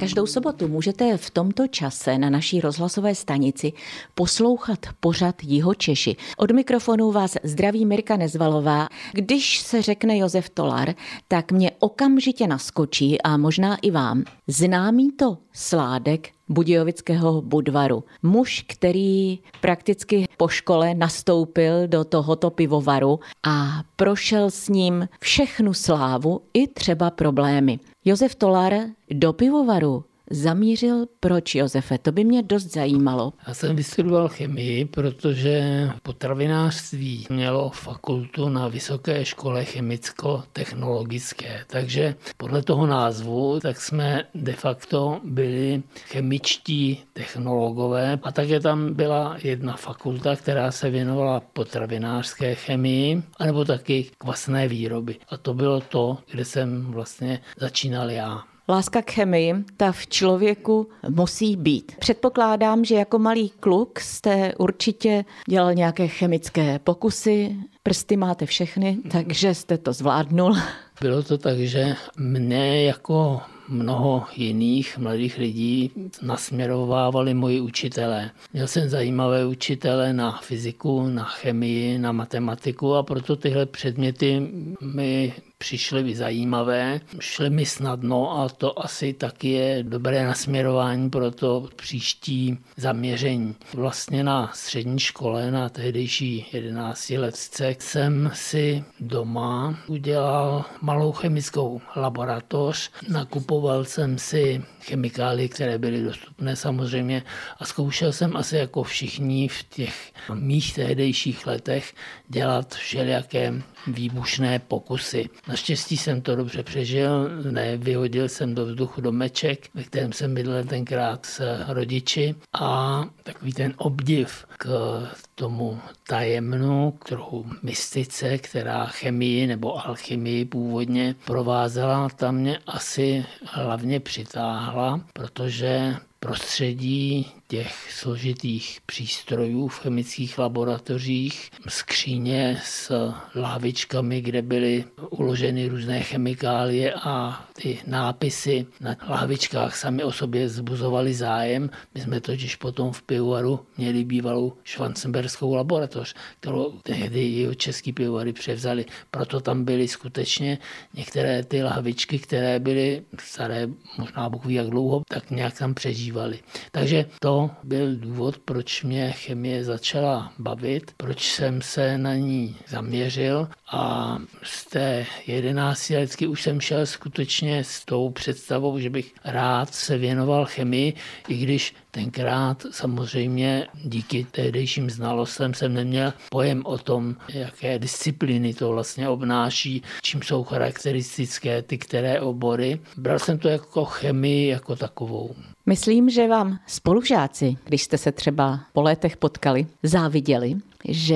Každou sobotu můžete v tomto čase na naší rozhlasové stanici poslouchat pořad Jihočeši. Od mikrofonu vás zdraví Mirka Nezvalová. Když se řekne Josef Tolar, tak mě okamžitě naskočí a možná i vám známý to sládek Budějovického Budvaru. Muž, který prakticky po škole nastoupil do tohoto pivovaru a prošel s ním všechnu slávu i třeba problémy. Josef Tolar do pivovaru zamířil. Proč, Josefe? To by mě dost zajímalo. Já jsem vystudoval chemii, protože potravinářství mělo fakultu na Vysoké škole chemicko-technologické. Takže podle toho názvu tak jsme de facto byli chemičtí technologové a také tam byla jedna fakulta, která se věnovala potravinářské chemii anebo taky kvasné výroby. A to bylo to, kde jsem vlastně začínal já. Láska k chemii, ta v člověku musí být. Předpokládám, že jako malý kluk jste určitě dělal nějaké chemické pokusy, prsty máte všechny, takže jste to zvládnul. Bylo to tak, že mne jako mnoho jiných mladých lidí nasměrovávali moji učitelé. Měl jsem zajímavé učitele na fyziku, na chemii, na matematiku a proto tyhle předměty mi přišly zajímavé, šly mi snadno a to asi taky je dobré nasměrování pro to příští zaměření. Vlastně na střední škole, na tehdejší 11letce, jsem si doma udělal malou chemickou laboratoř, nakupoval jsem si chemikálie, které byly dostupné samozřejmě a zkoušel jsem asi jako všichni v těch mých tehdejších letech dělat všelijaké výbušné pokusy. Naštěstí jsem to dobře přežil, nevyhodil jsem do vzduchu domeček, ve kterém jsem bydlel tenkrát s rodiči a takový ten obdiv k tomu tajemnu, k trochu mystice, která chemii nebo alchymii původně provázela, ta mě asi hlavně přitáhla, protože prostředí těch složitých přístrojů v chemických laboratořích, skříně s lahvičkami, kde byly uloženy různé chemikálie a ty nápisy na lahvičkách sami o sobě vzbuzovaly zájem. My jsme totiž potom v pivovaru měli bývalou švancenberskou laboratoř, kterou tehdy jihočeský pivovary převzali. Proto tam byly skutečně některé ty lahvičky, které byly staré, možná Bůh ví jak dlouho, tak nějak tam přežívaly. Takže to byl důvod, proč mě chemie začala bavit, proč jsem se na ní zaměřil a z té 11letky už jsem šel skutečně s tou představou, že bych rád se věnoval chemii, i když tenkrát samozřejmě díky tehdejším znalostem jsem neměl pojem o tom, jaké disciplíny to vlastně obnáší, čím jsou charakteristické ty které obory. Bral jsem to jako chemii jako takovou. Myslím, že vám spolužáci, když jste se třeba po létech potkali, záviděli, že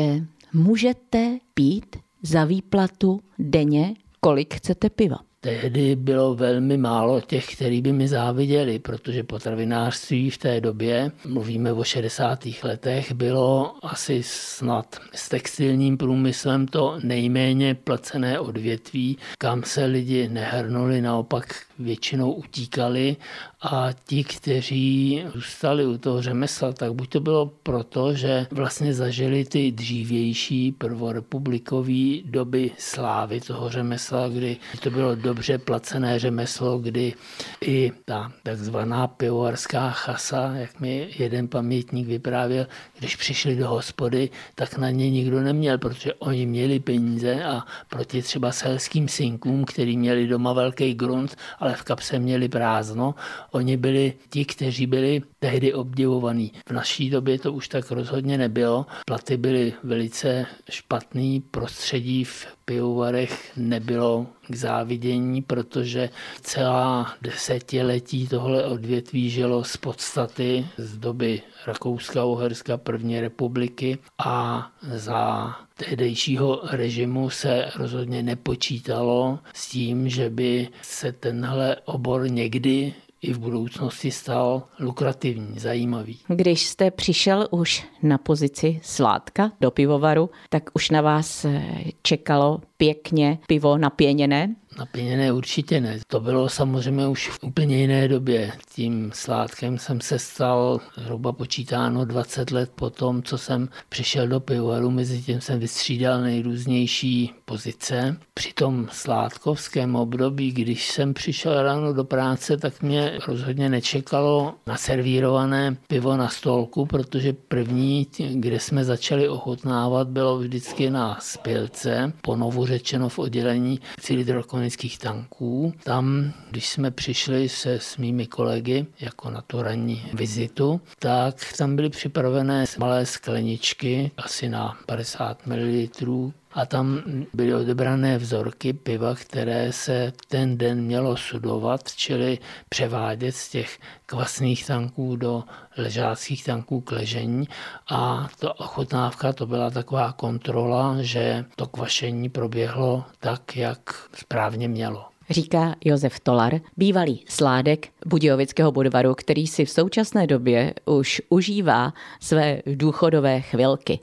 můžete pít za výplatu denně, kolik chcete piva. Tehdy bylo velmi málo těch, kteří by mi záviděli, protože potravinářství v té době, mluvíme o 60. letech, bylo asi snad s textilním průmyslem to nejméně placené odvětví, kam se lidi nehrnuli, naopak většinou utíkali a ti, kteří zůstali u toho řemesla, tak buď to bylo proto, že vlastně zažili ty dřívější prvorepublikové doby slávy toho řemesla, kdy to bylo dobře placené řemeslo, kdy i ta takzvaná pivovarská chasa, jak mi jeden pamětník vyprávěl, když přišli do hospody, tak na ně nikdo neměl, protože oni měli peníze a proti třeba selským synkům, který měli doma velký grunt, ale v kapse měli prázdno, oni byli ti, kteří byli tehdy obdivovaní. V naší době to už tak rozhodně nebylo. Platy byly velice špatný, prostředí v pivovarech nebylo k závidění, protože celá desetiletí tohle odvětví žilo z podstaty z doby Rakouska-Uherska první republiky a za tehdejšího režimu se rozhodně nepočítalo s tím, že by se tenhle obor někdy i v budoucnosti stal lukrativní, zajímavý. Když jste přišel už na pozici sládka do pivovaru, tak už na vás čekalo pěkně pivo napěněné? Napěněné určitě ne. To bylo samozřejmě už v úplně jiné době. Tím sládkem jsem se stal zhruba počítáno 20 let po tom, co jsem přišel do pivovaru. Mezitím jsem vystřídal nejrůznější pozice. Při tom sládkovském období, když jsem přišel ráno do práce, tak mě rozhodně nečekalo naservírované pivo na stolku, protože první, kde jsme začali ochutnávat, bylo vždycky na spilce, ponovu řečeno v oddělení cylindrokonických tanků. Tam, když jsme přišli se s mými kolegy jako na tu ranní vizitu, tak tam byly připravené malé skleničky, asi na 50 ml, a tam byly odebrané vzorky piva, které se ten den mělo sudovat, čili převádět z těch kvasných tanků do ležáckých tanků k ležení. A ta ochutnávka, to byla taková kontrola, že to kvašení proběhlo tak, jak správně mělo. Říká Josef Tolar, bývalý sládek Budějovického Budvaru, který si v současné době už užívá své důchodové chvilky.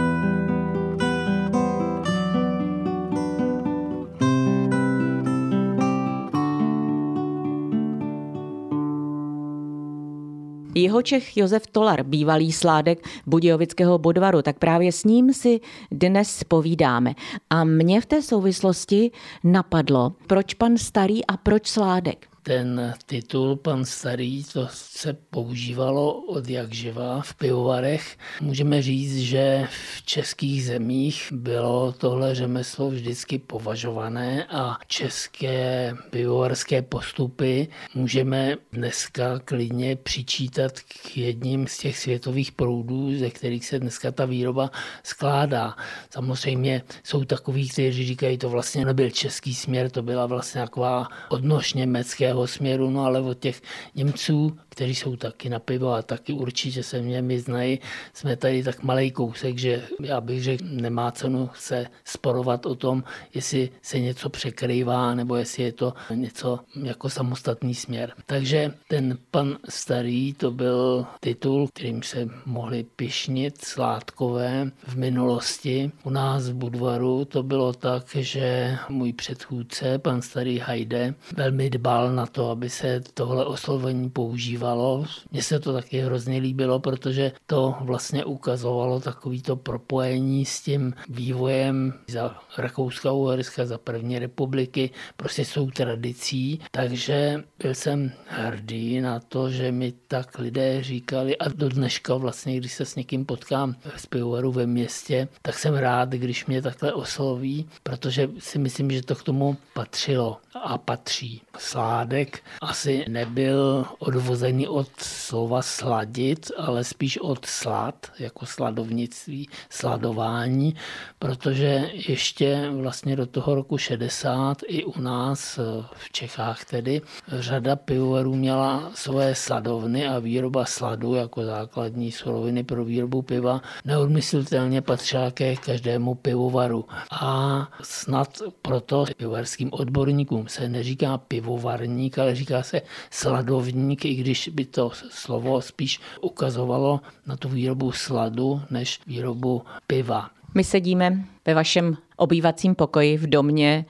Jihočech Josef Tolar, bývalý sládek Budějovického Budvaru, tak právě s ním si dnes povídáme. A mě v té souvislosti napadlo, proč pan Starý a proč sládek? Ten titul Pan Starý, to se používalo od jak živa v pivovarech. Můžeme říct, že v českých zemích bylo tohle řemeslo vždycky považované a české pivovarské postupy můžeme dneska klidně přičítat k jedním z těch světových proudů, ze kterých se dneska ta výroba skládá. Samozřejmě jsou takoví, kteří říkají, to vlastně nebyl český směr, to byla vlastně taková odnož německého směru, no ale od těch Němců, kteří jsou taky na pivo a taky určitě se mě znají, jsme tady tak malej kousek, že já bych řekl, nemá cenu se sporovat o tom, jestli se něco překrývá nebo jestli je to něco jako samostatný směr. Takže ten Pan Starý, to byl titul, kterým se mohli pyšnit sládkové v minulosti. U nás v Budvaru to bylo tak, že můj předchůdce, pan Starý Hajde, velmi dbal na to, aby se tohle oslovení používalo. Mně se to taky hrozně líbilo, protože to vlastně ukazovalo takovýto propojení s tím vývojem za Rakouska-Uherska, za první republiky, prostě jsou tradicí, takže byl jsem hrdý na to, že mi tak lidé říkali a do dneška vlastně, když se s někým potkám z pivovaru ve městě, tak jsem rád, když mě takhle osloví, protože si myslím, že to k tomu patřilo a patří. Sládek asi nebyl odvozený od slova sladit, ale spíš od slad, jako sladovnictví, sladování, protože ještě vlastně do toho roku 60 i u nás v Čechách tedy řada pivovarů měla svoje sladovny a výroba sladu jako základní suroviny pro výrobu piva neodmyslitelně patřila ke každému pivovaru. A snad proto pivovarským odborníkům se neříká pivovarník, ale říká se sladovník, i když by to slovo spíš ukazovalo na tu výrobu sladu než výrobu piva. My sedíme ve vašem obývacím pokoji v domě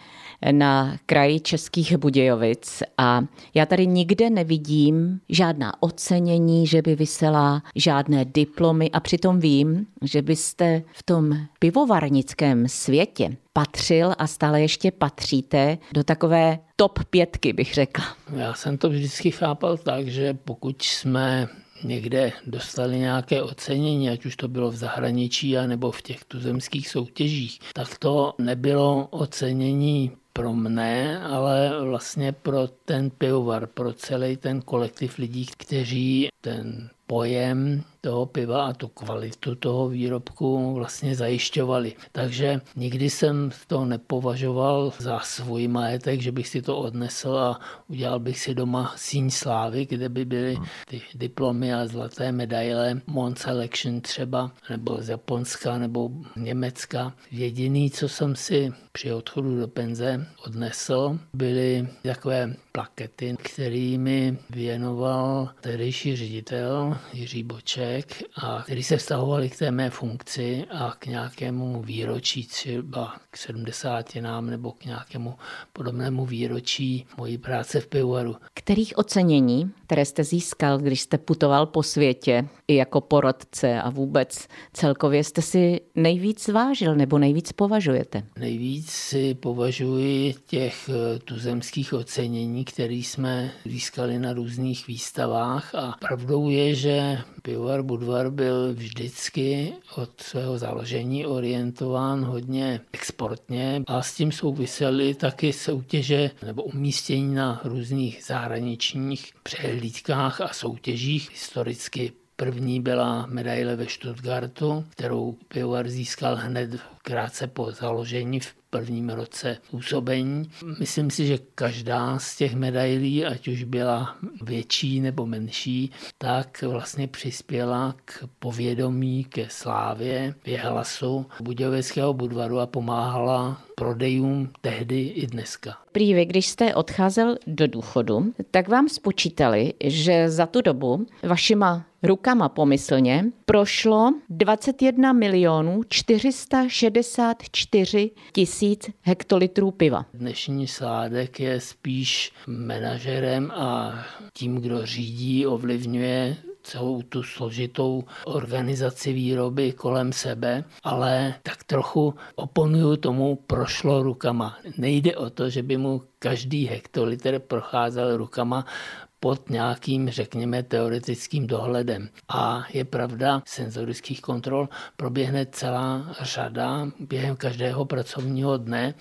na kraji Českých Budějovic a já tady nikde nevidím žádná ocenění, že by visela žádné diplomy a přitom vím, že byste v tom pivovarnickém světě patřil a stále ještě patříte do takové top 5, bych řekla. Já jsem to vždycky chápal tak, že pokud jsme někde dostali nějaké ocenění, ať už to bylo v zahraničí nebo v těch tuzemských soutěžích, tak to nebylo ocenění pro mne, ale vlastně pro ten pivovar, pro celý ten kolektiv lidí, kteří ten pojem toho piva a tu kvalitu toho výrobku vlastně zajišťovali. Takže nikdy jsem to nepovažoval za svůj majetek, že bych si to odnesl a udělal bych si doma síň slávy, kde by byly ty diplomy a zlaté medaile Mont Selection třeba, nebo z Japonska, nebo Německa. Jediný, co jsem si při odchodu do penze jsem odnesl, byly takové plakety, kterými věnoval tehdejší ředitel Jiří Boček a který se vztahovaly k té mé funkci a k nějakému výročí, třeba k 70 nebo k nějakému podobnému výročí mojí práce v pivovaru. Kterých ocenění, které jste získal, když jste putoval po světě i jako poradce a vůbec celkově jste si nejvíc vážil nebo nejvíc považujete? Nejvíc si považuji těch tuzemských ocenění, které jsme získali na různých výstavách a pravdou je, že pivovar Budvar byl vždycky od svého založení orientován hodně exportně a s tím souvisely taky soutěže nebo umístění na různých zahraničních přehlídkách a soutěžích. Historicky první byla medaile ve Stuttgartu, kterou pivovar získal hned krátce po založení v prvním roce působení. Myslím si, že každá z těch medailí, ať už byla větší nebo menší, tak vlastně přispěla k povědomí, ke slávě, věhlasu Budějovického Budvaru a pomáhala prodejům tehdy i dneska. Prý vy, když jste odcházel do důchodu, tak vám spočítali, že za tu dobu vašima rukama pomyslně prošlo 21 464 000 hektolitrů piva. Dnešní Sládek je spíš manažerem a tím, kdo řídí, ovlivňuje celou tu složitou organizaci výroby kolem sebe, ale tak trochu oponuju tomu prošlo rukama. Nejde o to, že by mu každý hektolitr procházel rukama pod nějakým, řekněme, teoretickým dohledem. A je pravda, senzorických kontrol proběhne celá řada během každého pracovního dne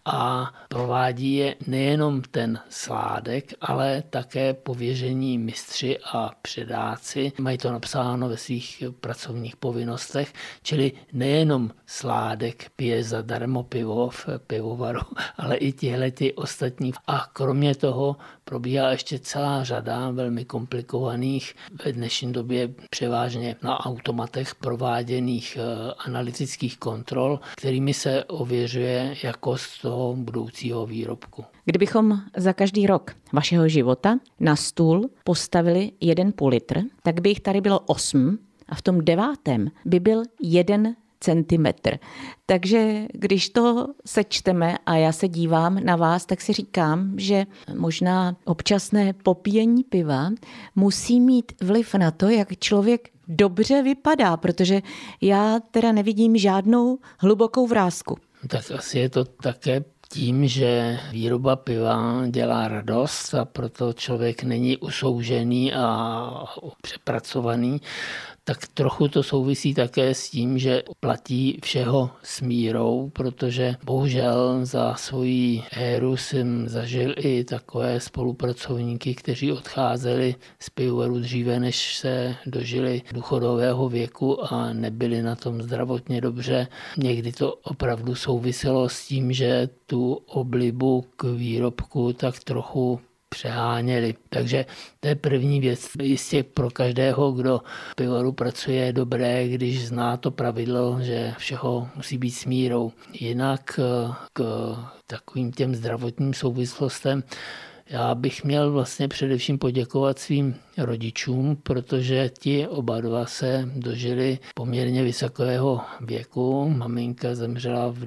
a provádí je nejenom ten Sládek, ale také pověření mistři a předáci. Mají to napsáno ve svých pracovních povinnostech, čili nejenom Sládek pije zadarmo pivo v pivovaru, ale i tihleti ostatní. A kromě toho probíhá ještě celá řada velmi komplikovaných, v dnešní době převážně na automatech prováděných analytických kontrol, kterými se ověřuje jakost toho budoucího výrobku. Kdybychom za každý rok vašeho života na stůl postavili 1,5 litr, tak by jich tady bylo 8 a v tom 9. by byl 1 centimetr. Takže když to sečteme a já se dívám na vás, tak si říkám, že možná občasné popíjení piva musí mít vliv na to, jak člověk dobře vypadá, protože já teda nevidím žádnou hlubokou vrásku. Tak asi je to také tím, že výroba piva dělá radost a proto člověk není usoužený a přepracovaný, tak trochu to souvisí také s tím, že platí všeho s mírou, protože bohužel za svoji éru jsem zažil i takové spolupracovníky, kteří odcházeli z pivovaru dříve, než se dožili důchodového věku a nebyli na tom zdravotně dobře. Někdy to opravdu souviselo s tím, že tu oblibu k výrobku tak trochu přeháněli. Takže to je první věc. Jistě pro každého, kdo v pivovaru pracuje, je dobré, když zná to pravidlo, že všeho musí být s mírou. Jinak k takovým těm zdravotním souvislostem já bych měl vlastně především poděkovat svým rodičům, protože ti oba dva se dožili poměrně vysokého věku. Maminka zemřela v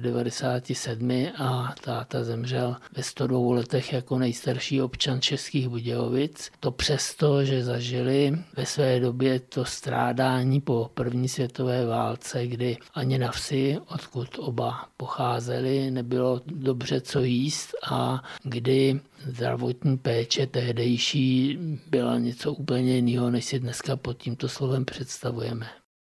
97 a táta zemřel ve 102 letech jako nejstarší občan Českých Budějovic. To přesto, že zažili ve své době to strádání po první světové válce, kdy ani na vsi, odkud oba pocházeli, nebylo dobře co jíst a kdy zdravotní péče tehdejší byla něco úplně jiného, než si dneska pod tímto slovem představujeme.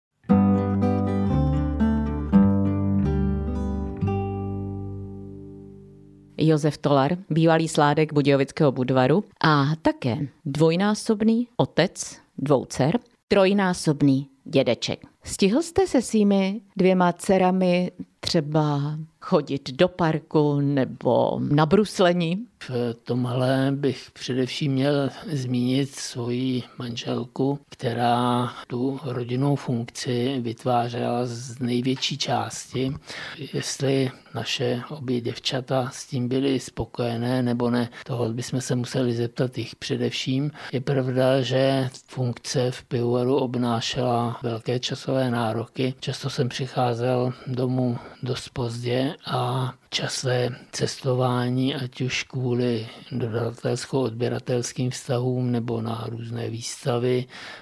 Josef Tolar, bývalý Sládek Budějovického Budvaru a také dvojnásobný otec 2 dcer, trojnásobný dědeček. Stihl jste se svými 2 dcerami třeba chodit do parku nebo na bruslení? V tomhle bych především měl zmínit svoji manželku, která tu rodinnou funkci vytvářela z největší části. Jestli naše obě děvčata s tím byly spokojené nebo ne, toho bychom se museli zeptat jich především. Je pravda, že funkce v pivovaru obnášela velké časové nároky. Často jsem přicházel domů dost pozdě a časté cestování, ať už kvůli dodavatelsko-odběratelským vztahům nebo na různé výstavy,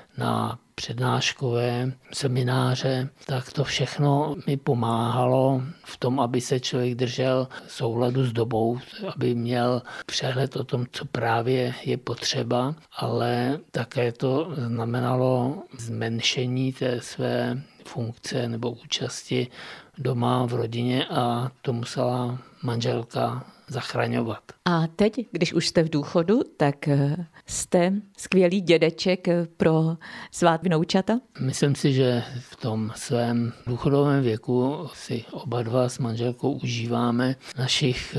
na přednáškové semináře, tak to všechno mi pomáhalo v tom, aby se člověk držel souladu s dobou, aby měl přehled o tom, co právě je potřeba, ale také to znamenalo zmenšení té své funkce nebo účasti doma v rodině a to musela manželka zachraňovat. A teď, když už jste v důchodu, tak jste skvělý dědeček pro svá vnoučata? Myslím si, že v tom svém důchodovém věku si oba dva s manželkou užíváme našich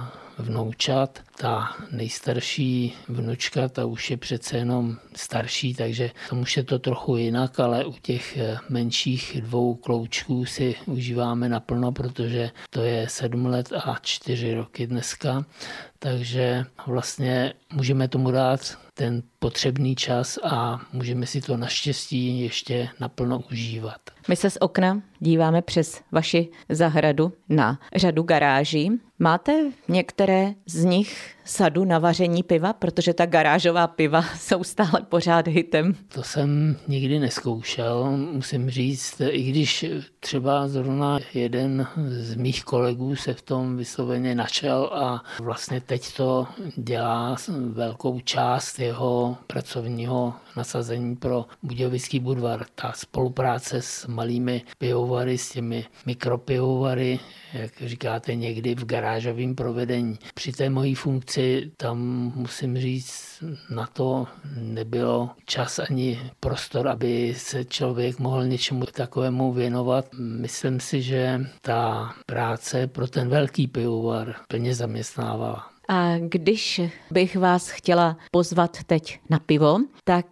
vnoučat. Ta nejstarší vnučka, ta už je přece jenom starší, takže tam už je to trochu jinak, ale u těch menších 2 kloučků si užíváme naplno, protože to je 7 let a 4 roky dneska. Takže vlastně můžeme tomu dát ten potřebný čas a můžeme si to naštěstí ještě naplno užívat. My se z okna díváme přes vaši zahradu na řadu garáží. Máte některé z nich sadu na vaření piva, protože ta garážová piva jsou stále pořád hitem? To jsem nikdy neskoušel, musím říct, i když třeba zrovna jeden z mých kolegů se v tom vysloveně našel a vlastně teď to dělá velkou část jeho pracovního nasazení pro Budějovický Budvar. Ta spolupráce s malými pivovary, s těmi mikropivovary, jak říkáte někdy v garážovém provedení. Při té mojí funkci tam musím říct, na to nebylo čas ani prostor, aby se člověk mohl něčemu takovému věnovat. Myslím si, že ta práce pro ten velký pivovar plně zaměstnávala. A když bych vás chtěla pozvat teď na pivo, tak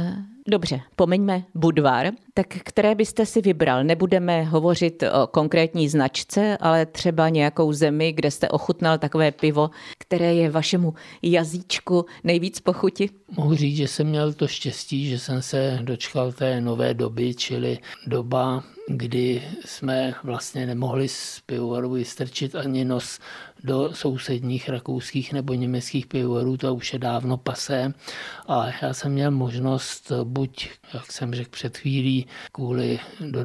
dobře, pomeňme Budvar, tak které byste si vybral? Nebudeme hovořit o konkrétní značce, ale třeba nějakou zemi, kde jste ochutnal takové pivo, které je vašemu jazyčku nejvíc po chuti? Mohu říct, že jsem měl to štěstí, že jsem se dočkal té nové doby, čili doba, kdy jsme vlastně nemohli z pivovaru vystrčit ani nos do sousedních rakouských nebo německých pivovarů, to už je dávno pasé. A já jsem měl možnost buď, jak jsem řekl před chvílí, kvůli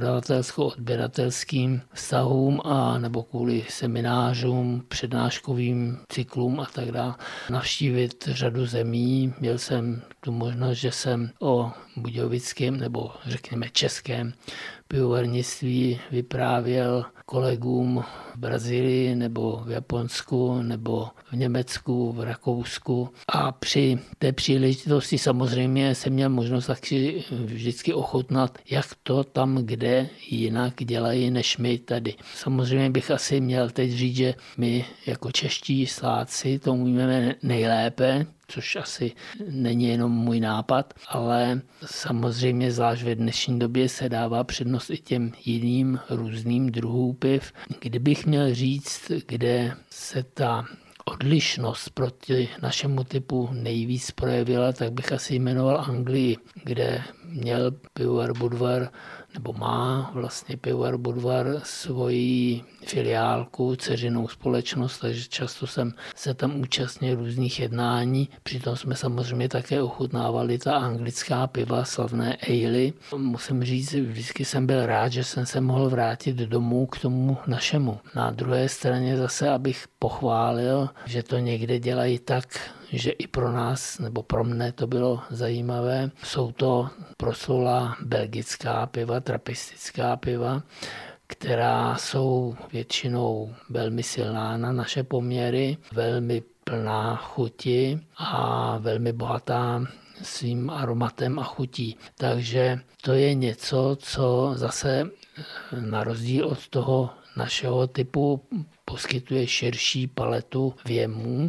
dodavatelsko-odběratelským vztahům a nebo kvůli seminářům, přednáškovým cyklům a tak dále, navštívit řadu zemí. Měl jsem tu možnost, že jsem o budějovickém nebo řekněme českém pivovarnictví vyprávěl kolegům v Brazílii nebo v Japonsku nebo v Německu, v Rakousku. A při té příležitosti samozřejmě jsem měl možnost taky vždycky ochutnat, jak to tam kde jinak dělají než my tady. Samozřejmě bych asi měl teď říct, že my jako čeští Slováci to umíme nejlépe, což asi není jenom můj nápad, ale samozřejmě zvlášť ve dnešní době se dává přednost i těm jiným různým druhům piv. Kdybych měl říct, kde se ta odlišnost proti našemu typu nejvíc projevila, tak bych asi jmenoval Anglii, kde měl pivovar Budvar nebo má vlastně pivovar Budvar svoji filiálku, dceřinou společnost, takže často jsem se tam účastnil různých jednání. Přitom jsme samozřejmě také ochutnávali ta anglická piva, slavné aley. Musím říct, vždycky jsem byl rád, že jsem se mohl vrátit domů k tomu našemu. Na druhé straně zase, abych pochválil, že to někde dělají tak, že i pro nás, nebo pro mne to bylo zajímavé. Jsou to proslulá belgická piva, trapistická piva, která jsou většinou velmi silná na naše poměry, velmi plná chuti a velmi bohatá svým aromatem a chutí. Takže to je něco, co zase na rozdíl od toho našeho typu poskytuje širší paletu věmů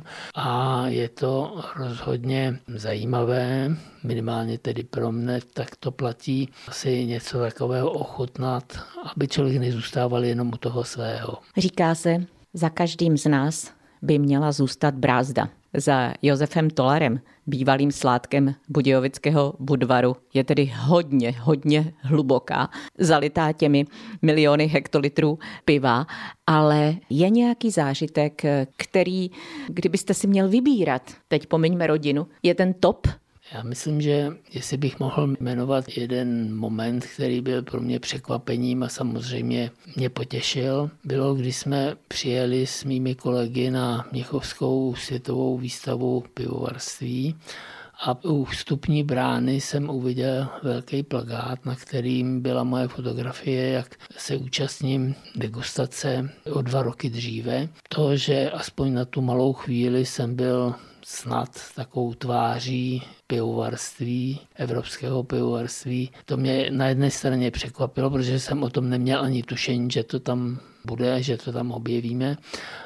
a je to rozhodně zajímavé, minimálně tedy pro mne, tak to platí asi něco takového ochutnat, aby člověk nezůstával jenom u toho svého. Říká se, za každým z nás by měla zůstat brázda. Za Josefem Tollarem, bývalým sládkem Budějovického Budvaru, je tedy hodně hluboká, zalitá těmi miliony hektolitrů piva, ale je nějaký zážitek, který, kdybyste si měl vybírat, teď pomiňme rodinu, je ten top? Já myslím, že jestli bych mohl jmenovat jeden moment, který byl pro mě překvapením a samozřejmě mě potěšil, bylo, když jsme přijeli s mými kolegy na Mnichovskou světovou výstavu pivovarství a u vstupní brány jsem uviděl velký plakát, na kterým byla moje fotografie, jak se účastním degustace o 2 roky dříve. To, že aspoň na tu malou chvíli jsem byl snad takovou tváří pivovarství, evropského pivovarství. To mě na jedné straně překvapilo, protože jsem o tom neměl ani tušení, že to tam bude, že to tam objevíme.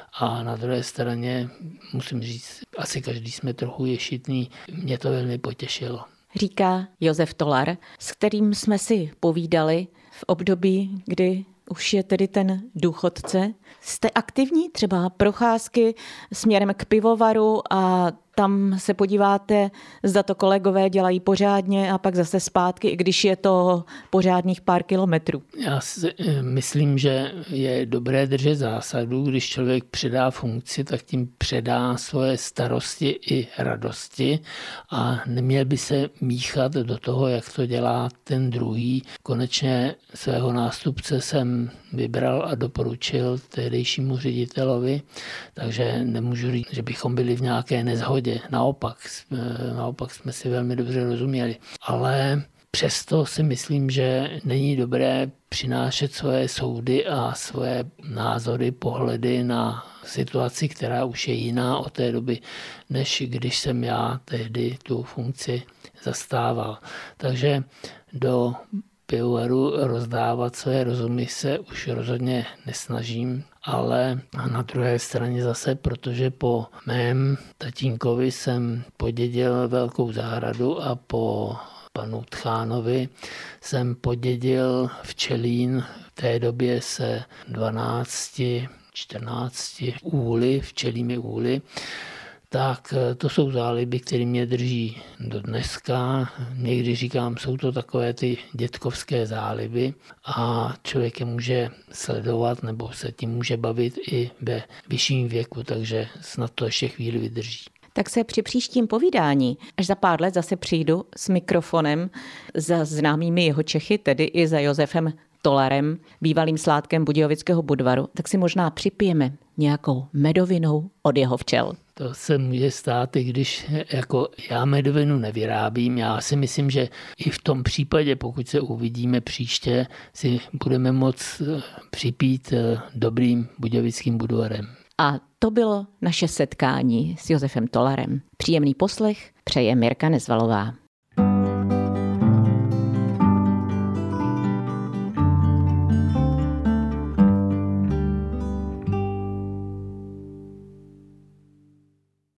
A na druhé straně, musím říct, asi každý jsme trochu ješitný, mě to velmi potěšilo. Říká Josef Tollar, s kterým jsme si povídali v období, kdy už je tedy ten důchodce. Jste aktivní třeba procházky směrem k pivovaru a tam se podíváte, zda to kolegové dělají pořádně a pak zase zpátky, i když je to pořádných pár kilometrů. Já si myslím, že je dobré držet zásadu, když člověk předá funkci, tak tím předá svoje starosti i radosti a neměl by se míchat do toho, jak to dělá ten druhý. Konečně svého nástupce jsem vybral a doporučil tehdejšímu ředitelovi, takže nemůžu říct, že bychom byli v nějaké neshodě. Naopak jsme si velmi dobře rozuměli. Ale přesto si myslím, že není dobré přinášet svoje soudy a svoje názory, pohledy na situaci, která už je jiná od té doby, než když jsem já tehdy tu funkci zastával. Takže do pivovaru rozdávat své rozumy se už rozhodně nesnažím, ale na druhé straně zase, protože po mém tatínkovi jsem podědil velkou zahradu a po panu Tchánovi jsem podědil včelín v té době se 14 úly, včelími úly. Tak to jsou záliby, které mě drží do dneska. Někdy říkám, jsou to takové ty dětkovské záliby a člověk je může sledovat nebo se tím může bavit i ve vyšším věku, takže snad to ještě chvíli vydrží. Tak se při příštím povídání, až za pár let zase přijdu s mikrofonem za známými jeho Čechy, tedy i za Josefem Tollarem, bývalým sládkem Budějovického Budvaru, tak si možná připijeme nějakou medovinou od jeho včel. To se může stát, i když jako já medovinu nevyrábím. Já si myslím, že i v tom případě, pokud se uvidíme příště, si budeme moct připít dobrým budějovickým Budvarem. A to bylo naše setkání s Josefem Tollarem. Příjemný poslech přeje Mirka Nezvalová.